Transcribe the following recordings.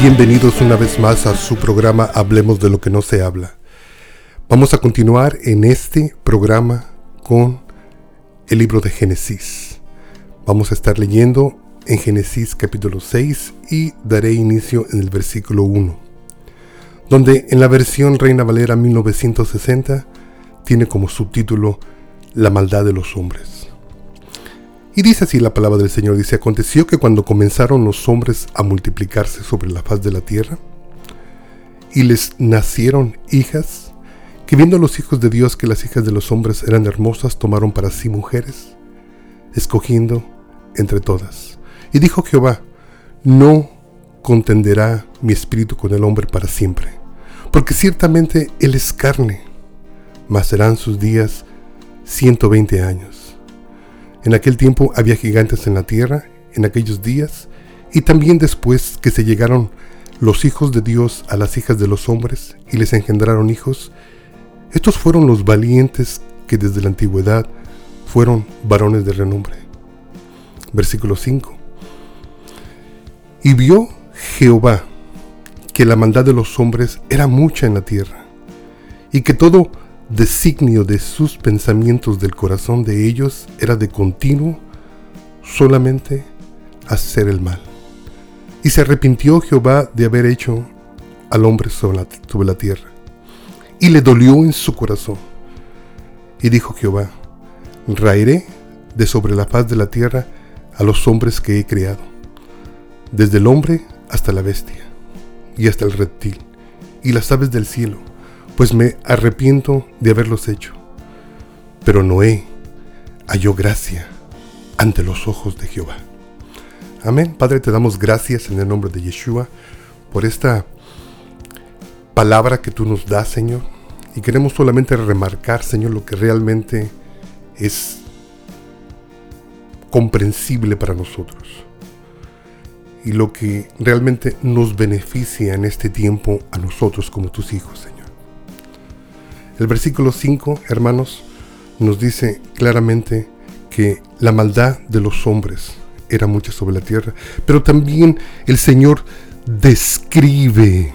Bienvenidos una vez más a su programa Hablemos de lo que no se habla. Vamos a continuar en este programa con el libro de Génesis. Vamos a estar leyendo en Génesis capítulo 6 y daré inicio en el versículo 1, donde en la versión Reina Valera 1960 tiene como subtítulo La maldad de los hombres. Y dice así la palabra del Señor, dice: aconteció que cuando comenzaron los hombres a multiplicarse sobre la faz de la tierra, y les nacieron hijas, que viendo los hijos de Dios que las hijas de los hombres eran hermosas, tomaron para sí mujeres, escogiendo entre todas. Y dijo Jehová: no contenderá mi espíritu con el hombre para siempre, porque ciertamente él es carne, mas serán sus días 120 años. En aquel tiempo había gigantes en la tierra, en aquellos días, y también después que se llegaron los hijos de Dios a las hijas de los hombres, y les engendraron hijos. Estos fueron los valientes que desde la antigüedad fueron varones de renombre. Versículo 5. Y vio Jehová que la maldad de los hombres era mucha en la tierra, y que todo designio de sus pensamientos del corazón de ellos era de continuo solamente hacer el mal. Y se arrepintió Jehová de haber hecho al hombre sobre la tierra, y le dolió en su corazón. Y dijo Jehová: raeré de sobre la faz de la tierra a los hombres que he creado, desde el hombre hasta la bestia, y hasta el reptil, y las aves del cielo, pues me arrepiento de haberlos hecho. Pero Noé halló gracia ante los ojos de Jehová. Amén. Padre, te damos gracias en el nombre de Yeshua por esta palabra que tú nos das, Señor. Y queremos solamente remarcar, Señor, lo que realmente es comprensible para nosotros y lo que realmente nos beneficia en este tiempo a nosotros como tus hijos, Señor. El versículo 5, hermanos, nos dice claramente que la maldad de los hombres era mucha sobre la tierra, pero también el Señor describe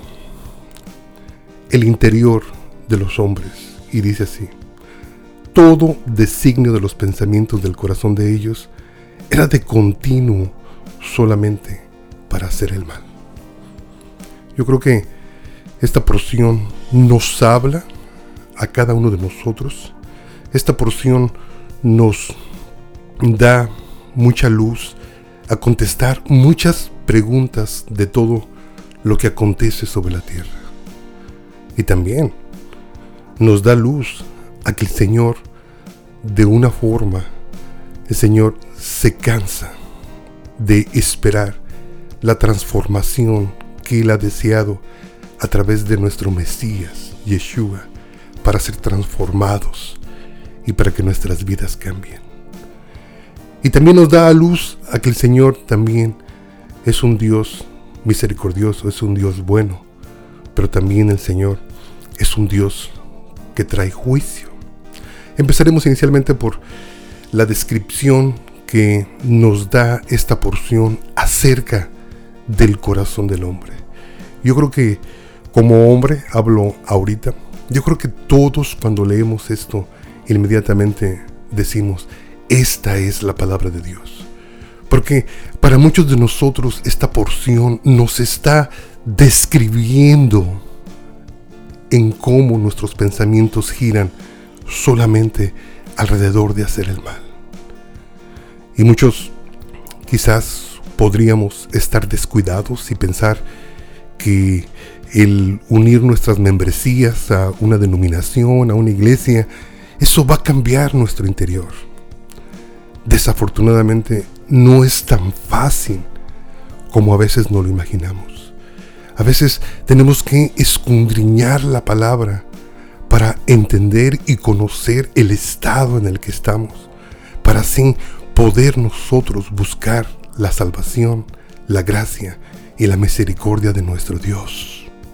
el interior de los hombres y dice así: todo designio de los pensamientos del corazón de ellos era de continuo solamente para hacer el mal. Yo creo que esta porción nos habla a cada uno de nosotros. Esta porción nos da mucha luz a contestar muchas preguntas de todo lo que acontece sobre la tierra. Y también nos da luz a que el Señor, de una forma, el Señor se cansa de esperar la transformación que Él ha deseado a través de nuestro Mesías, Yeshua, para ser transformados y para que nuestras vidas cambien. Y también nos da a luz a que el Señor también es un Dios misericordioso, es un Dios bueno, pero también el Señor es un Dios que trae juicio. Empezaremos inicialmente por la descripción que nos da esta porción acerca del corazón del hombre. Yo creo que como hombre, hablo ahorita, yo creo que todos cuando leemos esto inmediatamente decimos: esta es la palabra de Dios. Porque para muchos de nosotros esta porción nos está describiendo en cómo nuestros pensamientos giran solamente alrededor de hacer el mal. Y muchos quizás podríamos estar descuidados y pensar que el unir nuestras membresías a una denominación, a una iglesia, eso va a cambiar nuestro interior. Desafortunadamente no es tan fácil como a veces nos lo imaginamos. A veces tenemos que escudriñar la palabra para entender y conocer el estado en el que estamos, para así poder nosotros buscar la salvación, la gracia y la misericordia de nuestro Dios.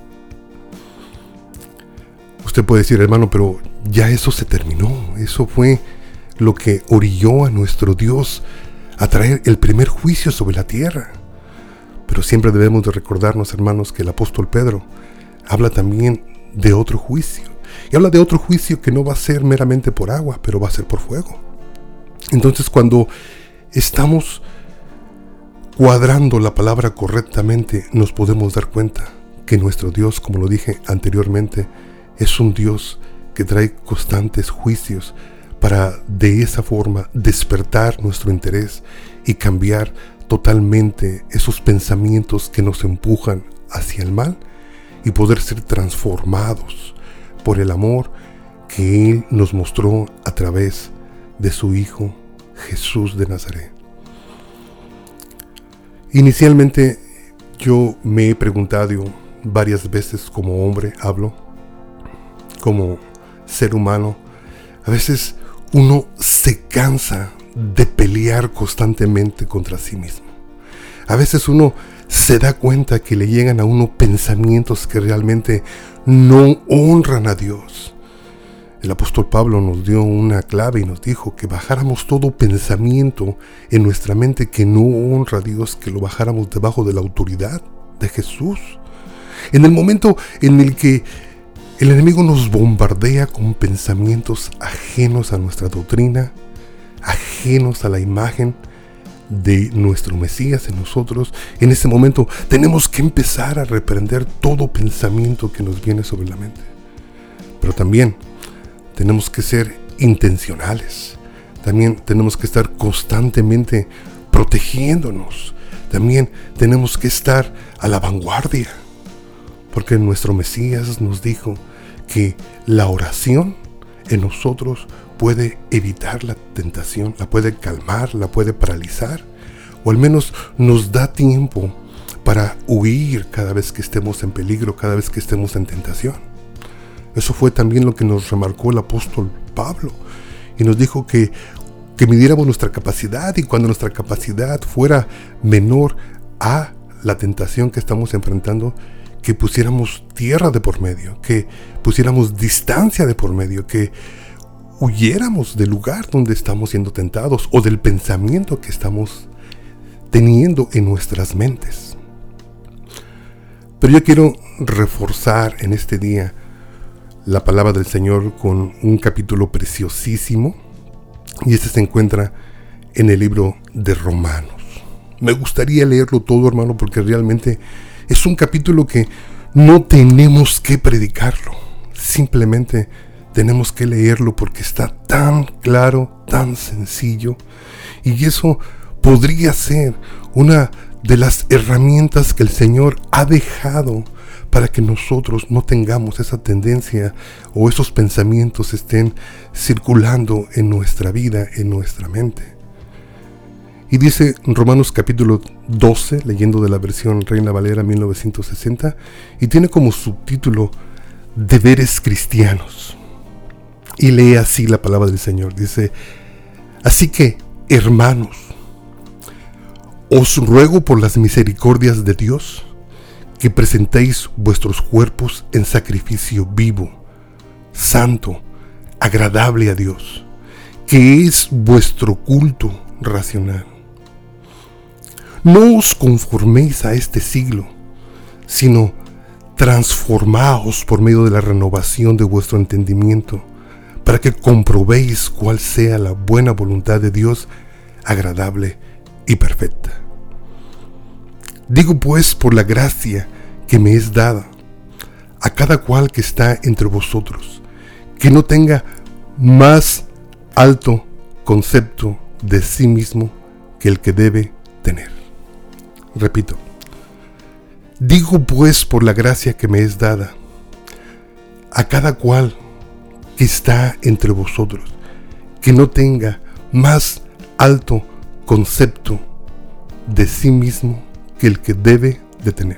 Usted puede decir: hermano, pero ya eso se terminó. Eso fue lo que orilló a nuestro Dios a traer el primer juicio sobre la tierra. Pero siempre debemos de recordarnos, hermanos, que el apóstol Pedro habla también de otro juicio. Y habla de otro juicio que no va a ser meramente por agua, pero va a ser por fuego. Entonces, cuando estamos cuadrando la palabra correctamente, nos podemos dar cuenta que nuestro Dios, como lo dije anteriormente, es un Dios que trae constantes juicios para de esa forma despertar nuestro interés y cambiar totalmente esos pensamientos que nos empujan hacia el mal y poder ser transformados por el amor que Él nos mostró a través de su Hijo Jesús de Nazaret. Inicialmente yo me he preguntado varias veces, como hombre hablo, como ser humano, a veces uno se cansa de pelear constantemente contra sí mismo. A veces uno se da cuenta que le llegan a uno pensamientos que realmente no honran a Dios. El apóstol Pablo nos dio una clave y nos dijo que bajáramos todo pensamiento en nuestra mente que no honra a Dios, que lo bajáramos debajo de la autoridad de Jesús. En el momento en el que el enemigo nos bombardea con pensamientos ajenos a nuestra doctrina, ajenos a la imagen de nuestro Mesías en nosotros, en ese momento tenemos que empezar a reprender todo pensamiento que nos viene sobre la mente. Pero también tenemos que ser intencionales. También tenemos que estar constantemente protegiéndonos. También tenemos que estar a la vanguardia. Porque nuestro Mesías nos dijo que la oración en nosotros puede evitar la tentación, la puede calmar, la puede paralizar, o al menos nos da tiempo para huir cada vez que estemos en peligro, cada vez que estemos en tentación. Eso fue también lo que nos remarcó el apóstol Pablo, y nos dijo que midiéramos nuestra capacidad, y cuando nuestra capacidad fuera menor a la tentación que estamos enfrentando, que pusiéramos tierra de por medio, que pusiéramos distancia de por medio, que huyéramos del lugar donde estamos siendo tentados o del pensamiento que estamos teniendo en nuestras mentes. Pero yo quiero reforzar en este día la palabra del Señor con un capítulo preciosísimo, y este se encuentra en el libro de Romanos. Me gustaría leerlo todo, hermano, porque realmente es un capítulo que no tenemos que predicarlo, simplemente tenemos que leerlo porque está tan claro, tan sencillo, y eso podría ser una de las herramientas que el Señor ha dejado para que nosotros no tengamos esa tendencia o esos pensamientos estén circulando en nuestra vida, en nuestra mente. Y dice Romanos capítulo 12, leyendo de la versión Reina Valera 1960, y tiene como subtítulo Deberes cristianos. Y lee así la palabra del Señor. Dice: así que, hermanos, os ruego por las misericordias de Dios que presentéis vuestros cuerpos en sacrificio vivo, santo, agradable a Dios, que es vuestro culto racional. No os conforméis a este siglo, sino transformaos por medio de la renovación de vuestro entendimiento, para que comprobéis cuál sea la buena voluntad de Dios, agradable y perfecta. Digo pues, por la gracia que me es dada, a cada cual que está entre vosotros, que no tenga más alto concepto de sí mismo que el que debe tener. Repito, digo pues por la gracia que me es dada, a cada cual que está entre vosotros, que no tenga más alto concepto de sí mismo que el que debe de tener,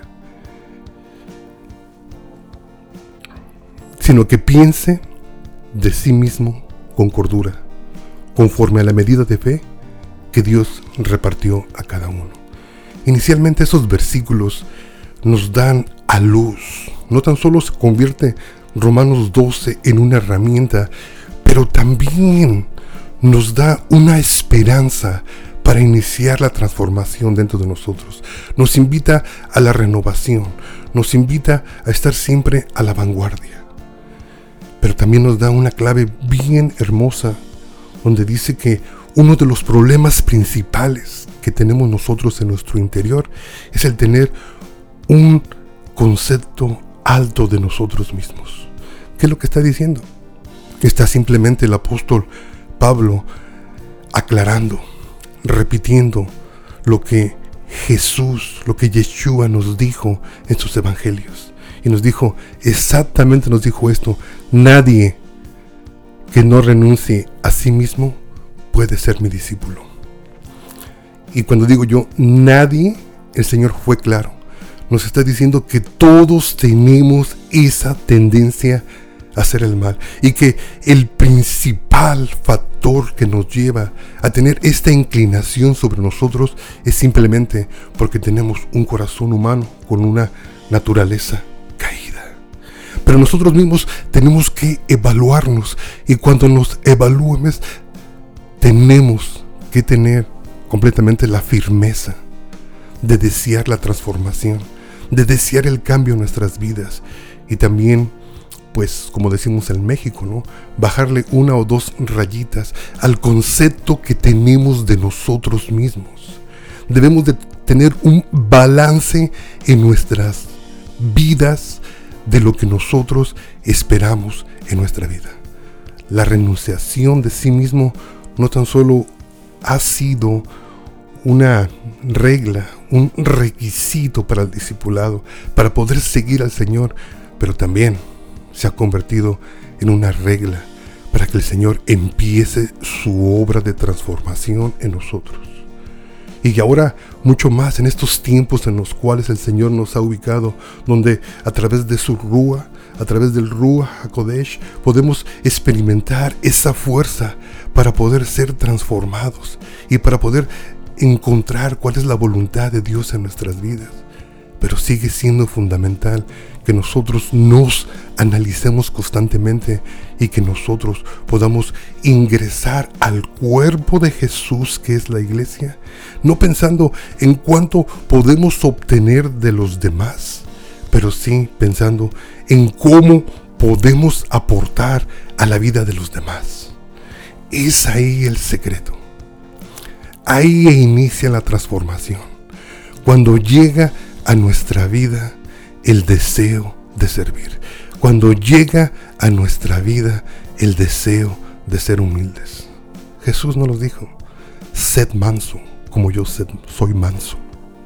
sino que piense de sí mismo con cordura, conforme a la medida de fe que Dios repartió a cada uno. Inicialmente esos versículos nos dan a luz. No tan solo se convierte Romanos 12 en una herramienta, pero también nos da una esperanza para iniciar la transformación dentro de nosotros. Nos invita a la renovación, nos invita a estar siempre a la vanguardia. Pero también nos da una clave bien hermosa, donde dice que uno de los problemas principales que tenemos nosotros en nuestro interior es el tener un concepto alto de nosotros mismos. ¿Qué es lo que está diciendo? Está simplemente el apóstol Pablo aclarando, repitiendo lo que Jesús, lo que Yeshua nos dijo en sus evangelios. Y nos dijo, exactamente nos dijo esto: nadie que no renuncie a sí mismo puede ser mi discípulo. Y cuando digo yo nadie, el Señor fue claro. Nos está diciendo que todos tenemos esa tendencia a hacer el mal, y que el principal factor que nos lleva a tener esta inclinación sobre nosotros es simplemente porque tenemos un corazón humano con una naturaleza caída. Pero nosotros mismos tenemos que evaluarnos, y cuando nos evaluemos tenemos que tener completamente la firmeza de desear la transformación, de desear el cambio en nuestras vidas, y también, pues como decimos en México, ¿no?, bajarle 1 o 2 rayitas al concepto que tenemos de nosotros mismos. Debemos de tener un balance en nuestras vidas de lo que nosotros esperamos en nuestra vida. La renunciación de sí mismo no tan solo ha sido una regla, un requisito para el discipulado, para poder seguir al Señor, pero también se ha convertido en una regla para que el Señor empiece su obra de transformación en nosotros. Y ahora mucho más en estos tiempos en los cuales el Señor nos ha ubicado, donde a través de su Rúa, a través del Ruach HaKodesh, podemos experimentar esa fuerza para poder ser transformados y para poder encontrar cuál es la voluntad de Dios en nuestras vidas. Pero sigue siendo fundamental que nosotros nos analicemos constantemente y que nosotros podamos ingresar al cuerpo de Jesús, que es la iglesia, no pensando en cuánto podemos obtener de los demás, pero sí pensando en cómo podemos aportar a la vida de los demás. Es ahí el secreto. Ahí inicia la transformación. Cuando llega a nuestra vida el deseo de servir. Cuando llega a nuestra vida el deseo de ser humildes. Jesús nos lo dijo: sed manso, como yo soy manso.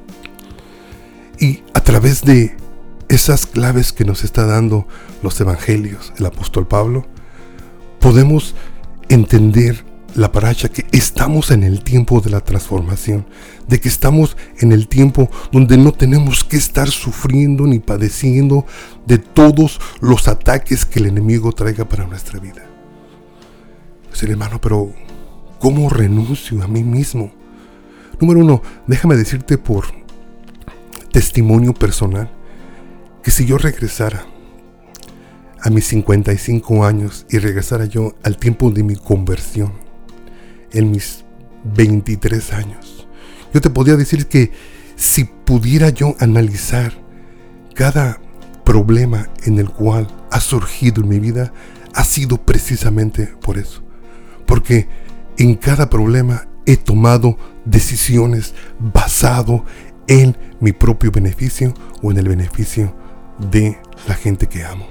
Y a través de esas claves que nos está dando los evangelios, el apóstol Pablo, podemos entender la paracha, que estamos en el tiempo de la transformación, de que estamos en el tiempo donde no tenemos que estar sufriendo ni padeciendo de todos los ataques que el enemigo traiga para nuestra vida. Pues hermano, pero ¿cómo renuncio a mí mismo? Número 1, déjame decirte por testimonio personal que si yo regresara a mis 55 años y regresara yo al tiempo de mi conversión, en mis 23 años, yo te podría decir que si pudiera yo analizar cada problema en el cual ha surgido en mi vida, ha sido precisamente por eso. Porque en cada problema he tomado decisiones basado en mi propio beneficio o en el beneficio de la gente que amo.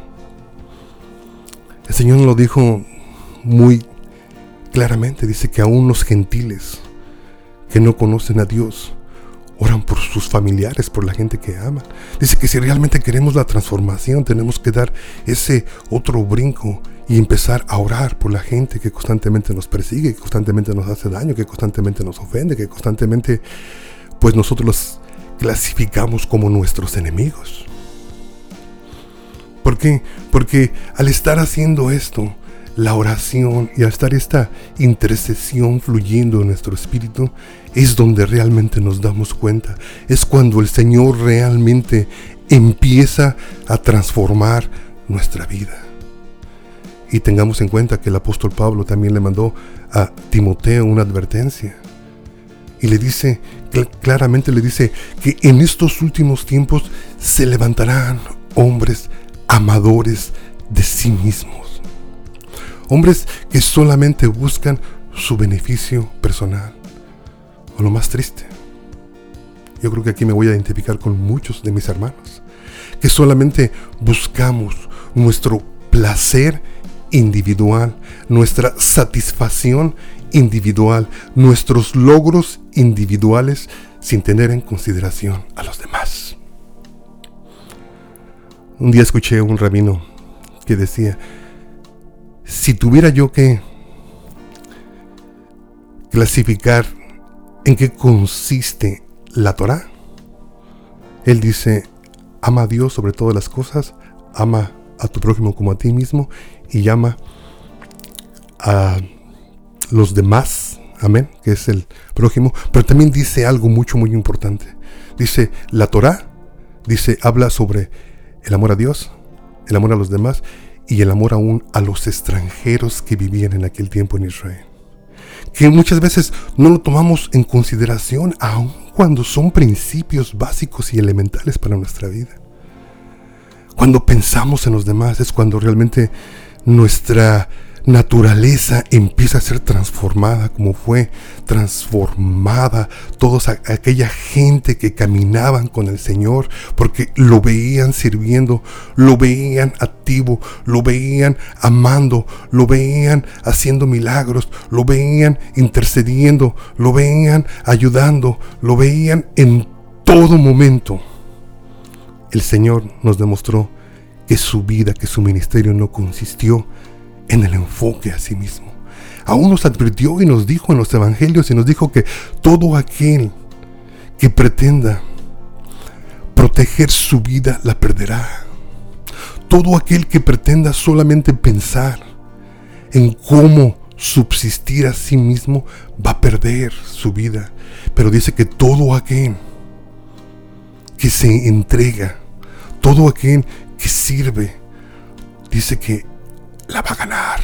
El Señor nos lo dijo muy claramente. Dice que aún los gentiles que no conocen a Dios oran por sus familiares, por la gente que aman. Dice que si realmente queremos la transformación, tenemos que dar ese otro brinco y empezar a orar por la gente que constantemente nos persigue, que constantemente nos hace daño, que constantemente nos ofende, que constantemente pues nosotros los clasificamos como nuestros enemigos. ¿Por qué? Porque al estar haciendo esto, la oración, y al estar esta intercesión fluyendo en nuestro espíritu, es donde realmente nos damos cuenta. Es cuando el Señor realmente empieza a transformar nuestra vida. Y tengamos en cuenta que el apóstol Pablo también le mandó a Timoteo una advertencia. Y le dice, claramente le dice, que en estos últimos tiempos se levantarán hombres amadores de sí mismos. Hombres que solamente buscan su beneficio personal. O lo más triste, yo creo que aquí me voy a identificar con muchos de mis hermanos, que solamente buscamos nuestro placer individual, nuestra satisfacción individual, nuestros logros individuales, sin tener en consideración a los demás. Un día escuché a un rabino que decía, si tuviera yo que clasificar en qué consiste la Torá, él dice, ama a Dios sobre todas las cosas, ama a tu prójimo como a ti mismo y ama a los demás, amén, que es el prójimo. Pero también dice algo muy importante. Dice, la Torá, dice, habla sobre el amor a Dios, el amor a los demás y el amor aún a los extranjeros que vivían en aquel tiempo en Israel. Que muchas veces no lo tomamos en consideración, aun cuando son principios básicos y elementales para nuestra vida. Cuando pensamos en los demás es cuando realmente nuestra naturaleza empieza a ser transformada, como fue transformada toda aquella gente que caminaban con el Señor, porque lo veían sirviendo, lo veían activo, lo veían amando, lo veían haciendo milagros, lo veían intercediendo, lo veían ayudando, lo veían en todo momento. El Señor nos demostró que su vida, que su ministerio no consistió en el enfoque a sí mismo. Aún nos advirtió y nos dijo en los evangelios y nos dijo que todo aquel que pretenda proteger su vida la perderá. Todo aquel que pretenda solamente pensar en cómo subsistir a sí mismo va a perder su vida. Pero dice que todo aquel que se entrega, todo aquel que sirve, dice que la va a ganar.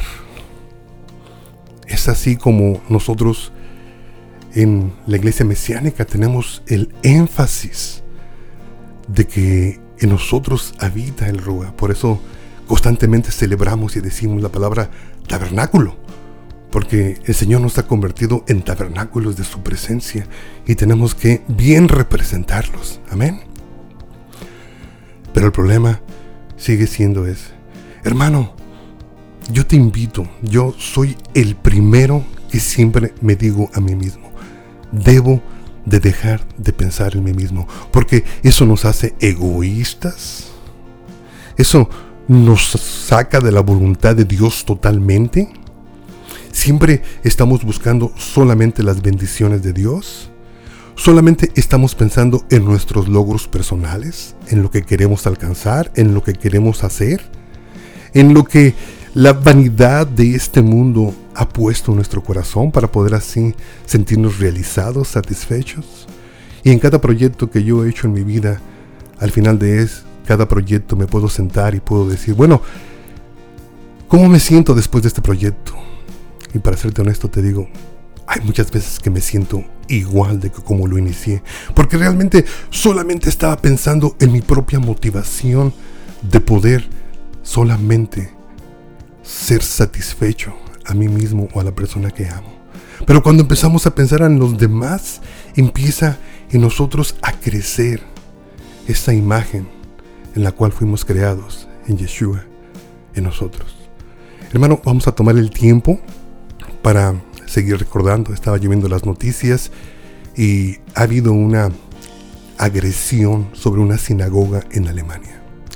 Es así como nosotros en la iglesia mesiánica tenemos el énfasis de que en nosotros habita el Rúa. Por eso constantemente celebramos y decimos la palabra tabernáculo, porque el Señor nos ha convertido en tabernáculos de su presencia y tenemos que bien representarlos. Amén. Pero el problema sigue siendo ese. Hermano, yo te invito, yo soy el primero que siempre me digo a mí mismo, debo de dejar de pensar en mí mismo, porque eso nos hace egoístas, eso nos saca de la voluntad de Dios totalmente. Siempre estamos buscando solamente las bendiciones de Dios, solamente estamos pensando en nuestros logros personales, en lo que queremos alcanzar, en lo que queremos hacer, en lo que la vanidad de este mundo ha puesto en nuestro corazón para poder así sentirnos realizados, satisfechos. Y en cada proyecto que yo he hecho en mi vida, al final de cada proyecto me puedo sentar y puedo decir, bueno, ¿cómo me siento después de este proyecto? Y para serte honesto te digo, hay muchas veces que me siento igual de que como lo inicié, porque realmente solamente estaba pensando en mi propia motivación de poder solamente ser satisfecho a mí mismo o a la persona que amo. Pero cuando empezamos a pensar en los demás, empieza en nosotros a crecer esta imagen en la cual fuimos creados, en Yeshua, en nosotros. Hermano, vamos a tomar el tiempo para seguir recordando. Estaba yo viendo las noticias y ha habido una agresión sobre una sinagoga en Alemania.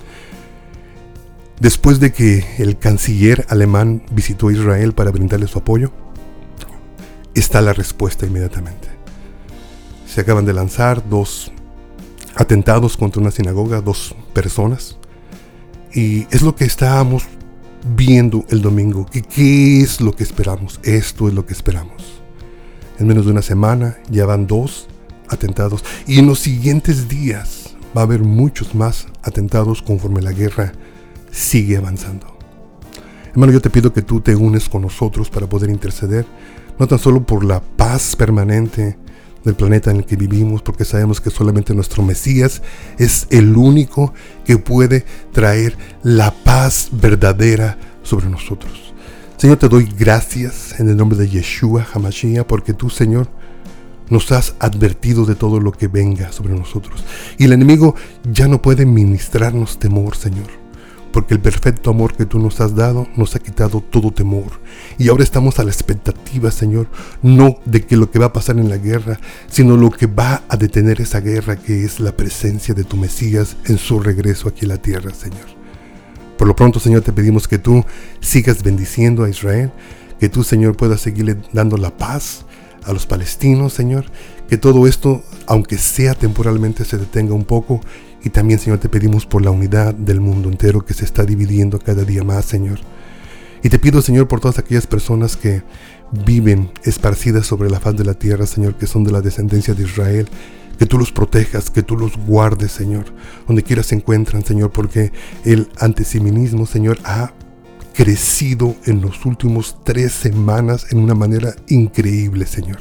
Después de que el canciller alemán visitó a Israel para brindarle su apoyo, está la respuesta inmediatamente. Se acaban de lanzar 2 atentados contra una sinagoga, 2 personas. Y es lo que estábamos viendo el domingo. ¿Qué es lo que esperamos? Esto es lo que esperamos. En menos de una semana ya van 2 atentados. Y en los siguientes días va a haber muchos más atentados conforme la guerra sigue avanzando. Hermano, yo te pido que tú te unes con nosotros para poder interceder, no tan solo por la paz permanente del planeta en el que vivimos, porque sabemos que solamente nuestro Mesías es el único que puede traer la paz verdadera sobre nosotros. Señor, te doy gracias en el nombre de Yeshua HaMashiach, porque tú, Señor, nos has advertido de todo lo que venga sobre nosotros. Y el enemigo ya no puede ministrarnos temor, Señor, porque el perfecto amor que tú nos has dado nos ha quitado todo temor. Y ahora estamos a la expectativa, Señor, no de que lo que va a pasar en la guerra, sino lo que va a detener esa guerra, que es la presencia de tu Mesías en su regreso aquí a la tierra, Señor. Por lo pronto, Señor, te pedimos que tú sigas bendiciendo a Israel, que tú, Señor, puedas seguirle dando la paz a los palestinos, Señor, que todo esto, aunque sea temporalmente, se detenga un poco. Y también, Señor, te pedimos por la unidad del mundo entero que se está dividiendo cada día más, Señor. Y te pido, Señor, por todas aquellas personas que viven esparcidas sobre la faz de la tierra, Señor, que son de la descendencia de Israel, que tú los protejas, que tú los guardes, Señor, donde quiera se encuentran, Señor, porque el antisemitismo, Señor, ha crecido en los últimos 3 semanas en una manera increíble, Señor.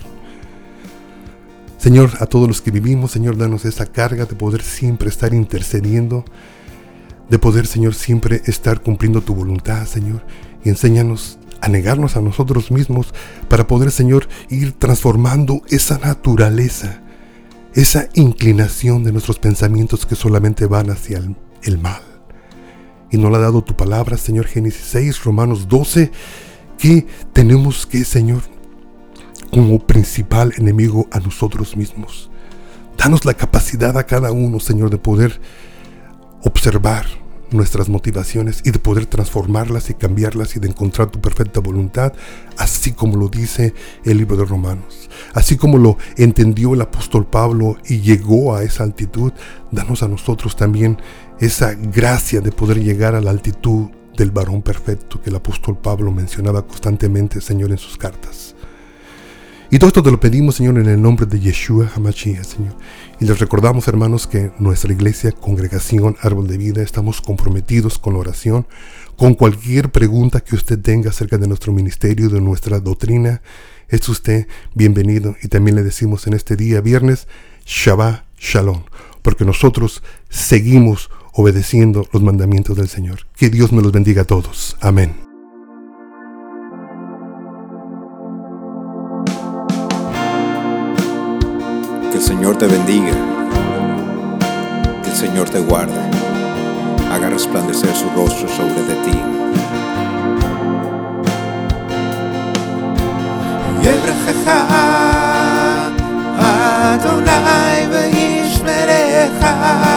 Señor, a todos los que vivimos, Señor, danos esa carga de poder siempre estar intercediendo, de poder, Señor, siempre estar cumpliendo tu voluntad, Señor, y enséñanos a negarnos a nosotros mismos para poder, Señor, ir transformando esa naturaleza, esa inclinación de nuestros pensamientos que solamente van hacia el mal. Y nos lo ha dado tu palabra, Señor, Génesis 6, Romanos 12, que tenemos que, Señor, como principal enemigo a nosotros mismos. Danos la capacidad a cada uno, Señor, de poder observar nuestras motivaciones y de poder transformarlas y cambiarlas y de encontrar tu perfecta voluntad, así como lo dice el libro de Romanos. Así como lo entendió el apóstol Pablo y llegó a esa altitud, danos a nosotros también esa gracia de poder llegar a la altitud del varón perfecto que el apóstol Pablo mencionaba constantemente, Señor, en sus cartas. Y todo esto te lo pedimos, Señor, en el nombre de Yeshua HaMashiach, Señor. Y les recordamos, hermanos, que nuestra iglesia, Congregación Árbol de Vida, estamos comprometidos con la oración. Con cualquier pregunta que usted tenga acerca de nuestro ministerio, de nuestra doctrina, es usted bienvenido. Y también le decimos en este día, viernes, Shabbat Shalom, porque nosotros seguimos obedeciendo los mandamientos del Señor. Que Dios me los bendiga a todos. Amén. Que el Señor te bendiga, que el Señor te guarde, haga resplandecer su rostro sobre de ti. Yevrechecha Adonai v'yishmerecha